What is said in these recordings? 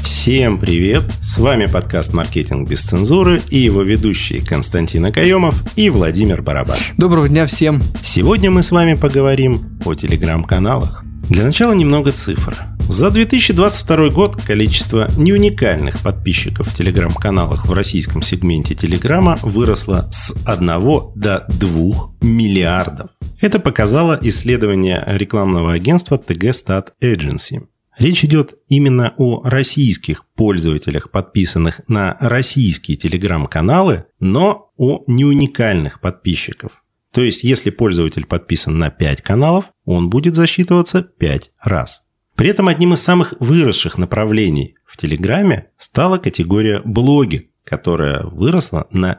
Всем привет! С вами подкаст «Маркетинг без цензуры» и его ведущие Константин Акаемов и Владимир Барабаш. Доброго дня всем! Сегодня мы с вами поговорим о телеграм-каналах. Для начала немного цифр. За 2022 год количество неуникальных подписчиков в телеграм-каналах в российском сегменте Телеграма выросло с 1 до 2 миллиардов. Это показало исследование рекламного агентства TG Stat Agency. Речь идет именно о российских пользователях, подписанных на российские телеграм-каналы, но о неуникальных подписчиков. То есть, если пользователь подписан на 5 каналов, он будет засчитываться 5 раз. При этом одним из самых выросших направлений в Телеграме стала категория блоги, которая выросла на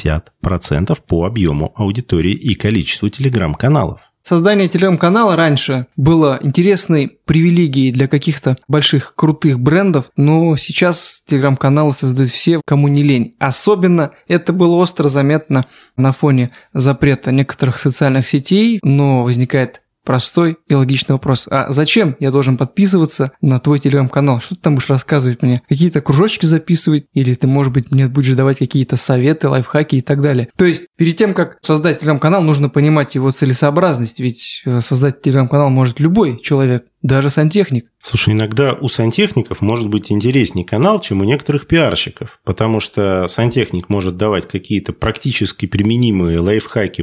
50% по объему аудитории и количеству телеграм-каналов. Создание телеграм-канала раньше было интересной привилегией для каких-то больших крутых брендов, но сейчас телеграм-каналы создают все, кому не лень. Особенно это было остро заметно на фоне запрета некоторых социальных сетей, но возникает простой и логичный вопрос. А зачем я должен подписываться на твой телеграм-канал? Что ты там будешь рассказывать мне? Какие-то кружочки записывать? Или ты, может быть, мне будешь давать какие-то советы, лайфхаки и так далее? То есть, перед тем, как создать телеграм-канал, нужно понимать его целесообразность. Ведь создать телеграм-канал может любой человек, даже сантехник. Слушай, иногда у сантехников может быть интереснее канал, чем у некоторых пиарщиков, потому что сантехник может давать какие-то практически применимые лайфхаки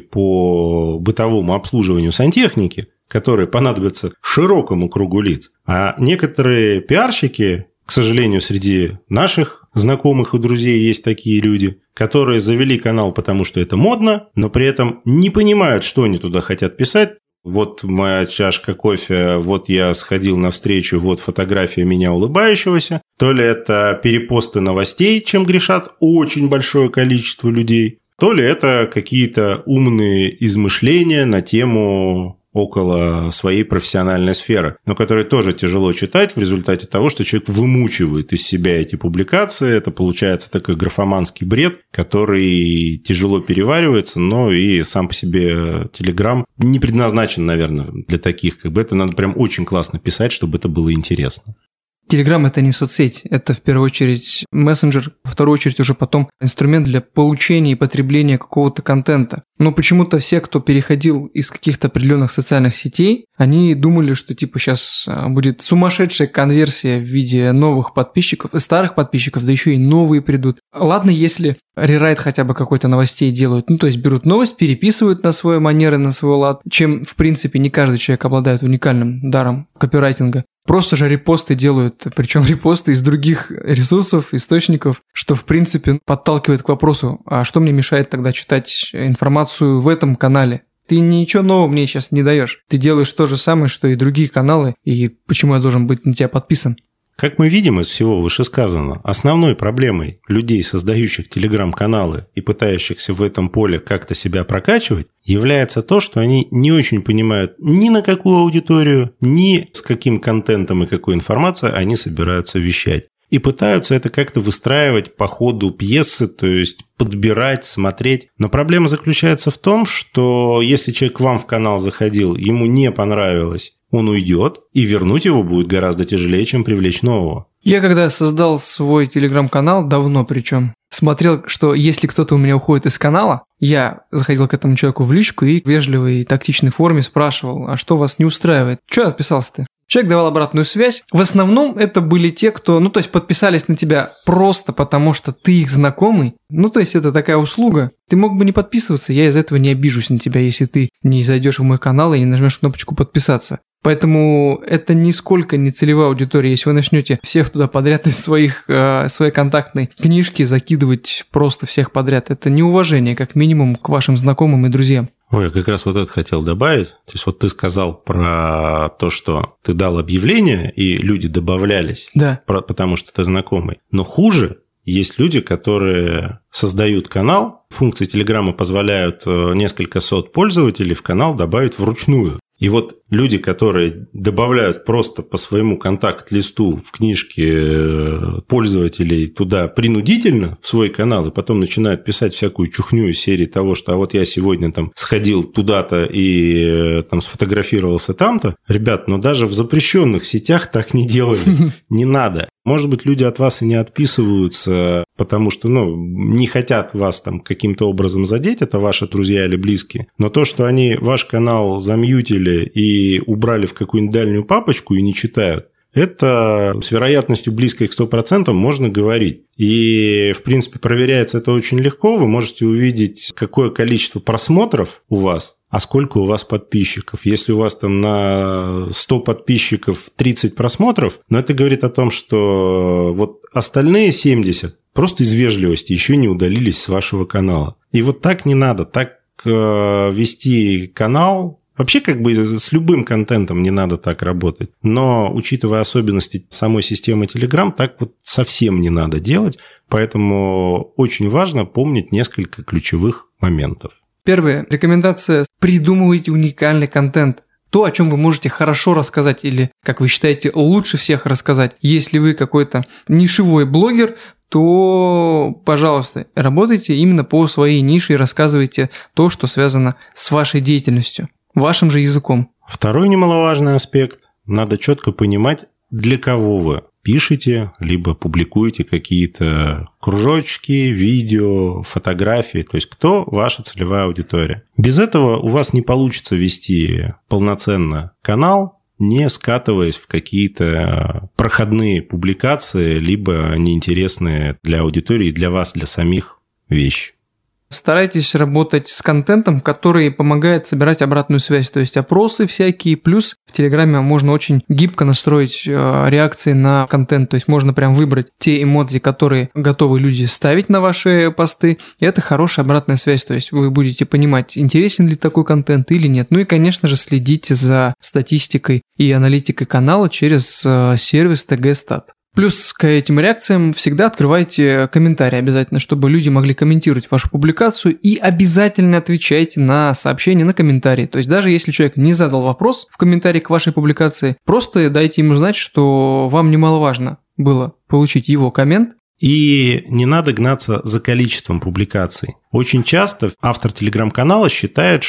по бытовому обслуживанию сантехники, которые понадобятся широкому кругу лиц. А некоторые пиарщики, к сожалению, среди наших знакомых и друзей есть такие люди, которые завели канал, потому что это модно, но при этом не понимают, что они туда хотят писать. Вот моя чашка кофе, вот я сходил навстречу, вот фотография меня улыбающегося. То ли это перепосты новостей, чем грешат очень большое количество людей, то ли это какие-то умные измышления на тему около своей профессиональной сферы, но которые тоже тяжело читать в результате того, что человек вымучивает из себя эти публикации. Это получается такой графоманский бред, который тяжело переваривается, но и сам по себе Telegram не предназначен, наверное, для таких. Это надо прям очень классно писать, чтобы это было интересно. Телеграм – это не соцсеть, это в первую очередь мессенджер, во вторую очередь уже потом инструмент для получения и потребления какого-то контента. Но почему-то все, кто переходил из каких-то определенных социальных сетей, они думали, что сейчас будет сумасшедшая конверсия в виде новых подписчиков и старых подписчиков, да еще и новые придут. Ладно, если рерайт хотя бы какой-то новостей делают, то есть берут новость, переписывают на свой манер и на свой лад, чем, в принципе, не каждый человек обладает уникальным даром копирайтинга. Просто же репосты делают, причем репосты из других ресурсов, источников, что, в принципе, подталкивает к вопросу, а что мне мешает тогда читать информацию в этом канале? Ты ничего нового мне сейчас не даешь. Ты делаешь то же самое, что и другие каналы, и почему я должен быть на тебя подписан? Как мы видим из всего вышесказанного, основной проблемой людей, создающих телеграм-каналы и пытающихся в этом поле как-то себя прокачивать, является то, что они не очень понимают ни на какую аудиторию, ни с каким контентом и какой информацией они собираются вещать. И пытаются это как-то выстраивать по ходу пьесы, то есть подбирать, смотреть. Но проблема заключается в том, что если человек к вам в канал заходил, ему не понравилось, он уйдет, и вернуть его будет гораздо тяжелее, чем привлечь нового. Я когда создал свой телеграм-канал, давно причем, смотрел, что если кто-то у меня уходит из канала, я заходил к этому человеку в личку и в вежливой и тактичной форме спрашивал, а что вас не устраивает? Чего отписался-то? Человек давал обратную связь. В основном это были те, кто, подписались на тебя просто потому, что ты их знакомый. Это такая услуга. Ты мог бы не подписываться, я из этого не обижусь на тебя, если ты не зайдешь в мой канал и не нажмешь кнопочку подписаться. Поэтому это нисколько не целевая аудитория. Если вы начнете всех туда подряд из своей контактной книжки закидывать просто всех подряд, это неуважение, как минимум, к вашим знакомым и друзьям. Ой, я как раз вот это хотел добавить. То есть, ты сказал про то, что ты дал объявление, и люди добавлялись, да, потому что ты знакомый. Но хуже, есть люди, которые создают канал, функции Телеграма позволяют несколько сот пользователей в канал добавить вручную. И Люди, которые добавляют просто по своему контакт-листу в книжке пользователей туда принудительно в свой канал, и потом начинают писать всякую чухню из серии того, что а вот я сегодня там сходил туда-то и там сфотографировался там-то. Ребят, но даже в запрещенных сетях так не делали. Не надо. Может быть, люди от вас и не отписываются, потому что, не хотят вас там каким-то образом задеть, это ваши друзья или близкие. Но то, что они ваш канал замьютили и убрали в какую-нибудь дальнюю папочку и не читают, это с вероятностью близкой к 100% можно говорить. И, в принципе, проверяется это очень легко. Вы можете увидеть, какое количество просмотров у вас, а сколько у вас подписчиков. Если у вас там на 100 подписчиков 30 просмотров, это говорит о том, что вот остальные 70 просто из вежливости еще не удалились с вашего канала. И вот так не надо. Так вести канал... Вообще, с любым контентом не надо так работать. Но, учитывая особенности самой системы Telegram, так вот совсем не надо делать. Поэтому очень важно помнить несколько ключевых моментов. Первая рекомендация – придумывайте уникальный контент. То, о чем вы можете хорошо рассказать или, как вы считаете, лучше всех рассказать. Если вы какой-то нишевой блогер, то, пожалуйста, работайте именно по своей нише и рассказывайте то, что связано с вашей деятельностью. Вашим же языком. Второй немаловажный аспект. Надо четко понимать, для кого вы пишете, либо публикуете какие-то кружочки, видео, фотографии. То есть, кто ваша целевая аудитория. Без этого у вас не получится вести полноценно канал, не скатываясь в какие-то проходные публикации, либо неинтересные для аудитории, для вас, для самих вещи. Старайтесь работать с контентом, который помогает собирать обратную связь, то есть опросы всякие, плюс в Телеграме можно очень гибко настроить реакции на контент, то есть можно прям выбрать те эмодзи, которые готовы люди ставить на ваши посты, и это хорошая обратная связь, то есть вы будете понимать, интересен ли такой контент или нет. Ну и, конечно же, следите за статистикой и аналитикой канала через сервис TGStat. Плюс к этим реакциям всегда открывайте комментарии обязательно, чтобы люди могли комментировать вашу публикацию, и обязательно отвечайте на сообщения, на комментарии. То есть даже если человек не задал вопрос в комментарии к вашей публикации, просто дайте ему знать, что вам немаловажно было получить его коммент. И не надо гнаться за количеством публикаций. Очень часто автор телеграм-канала считает,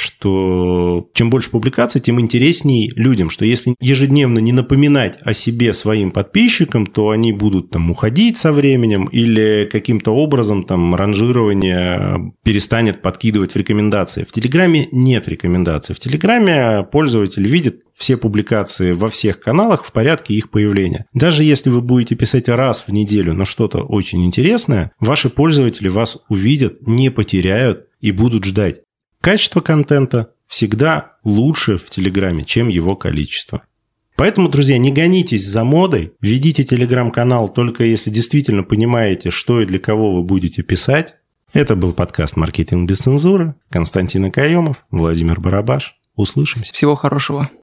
что чем больше публикаций, тем интереснее людям, что если ежедневно не напоминать о себе своим подписчикам, то они будут там уходить со временем или каким-то образом там ранжирование перестанет подкидывать в рекомендации. В Телеграме нет рекомендаций. В Телеграме пользователь видит все публикации во всех каналах в порядке их появления. Даже если вы будете писать раз в неделю, но что-то очень интересное, ваши пользователи вас увидят, не потеряют и будут ждать. Качество контента всегда лучше в Телеграме, чем его количество. Поэтому, друзья, не гонитесь за модой, ведите телеграм-канал только если действительно понимаете, что и для кого вы будете писать. Это был подкаст «Маркетинг без цензуры». Константин Акаемов, Владимир Барабаш. Услышимся. Всего хорошего.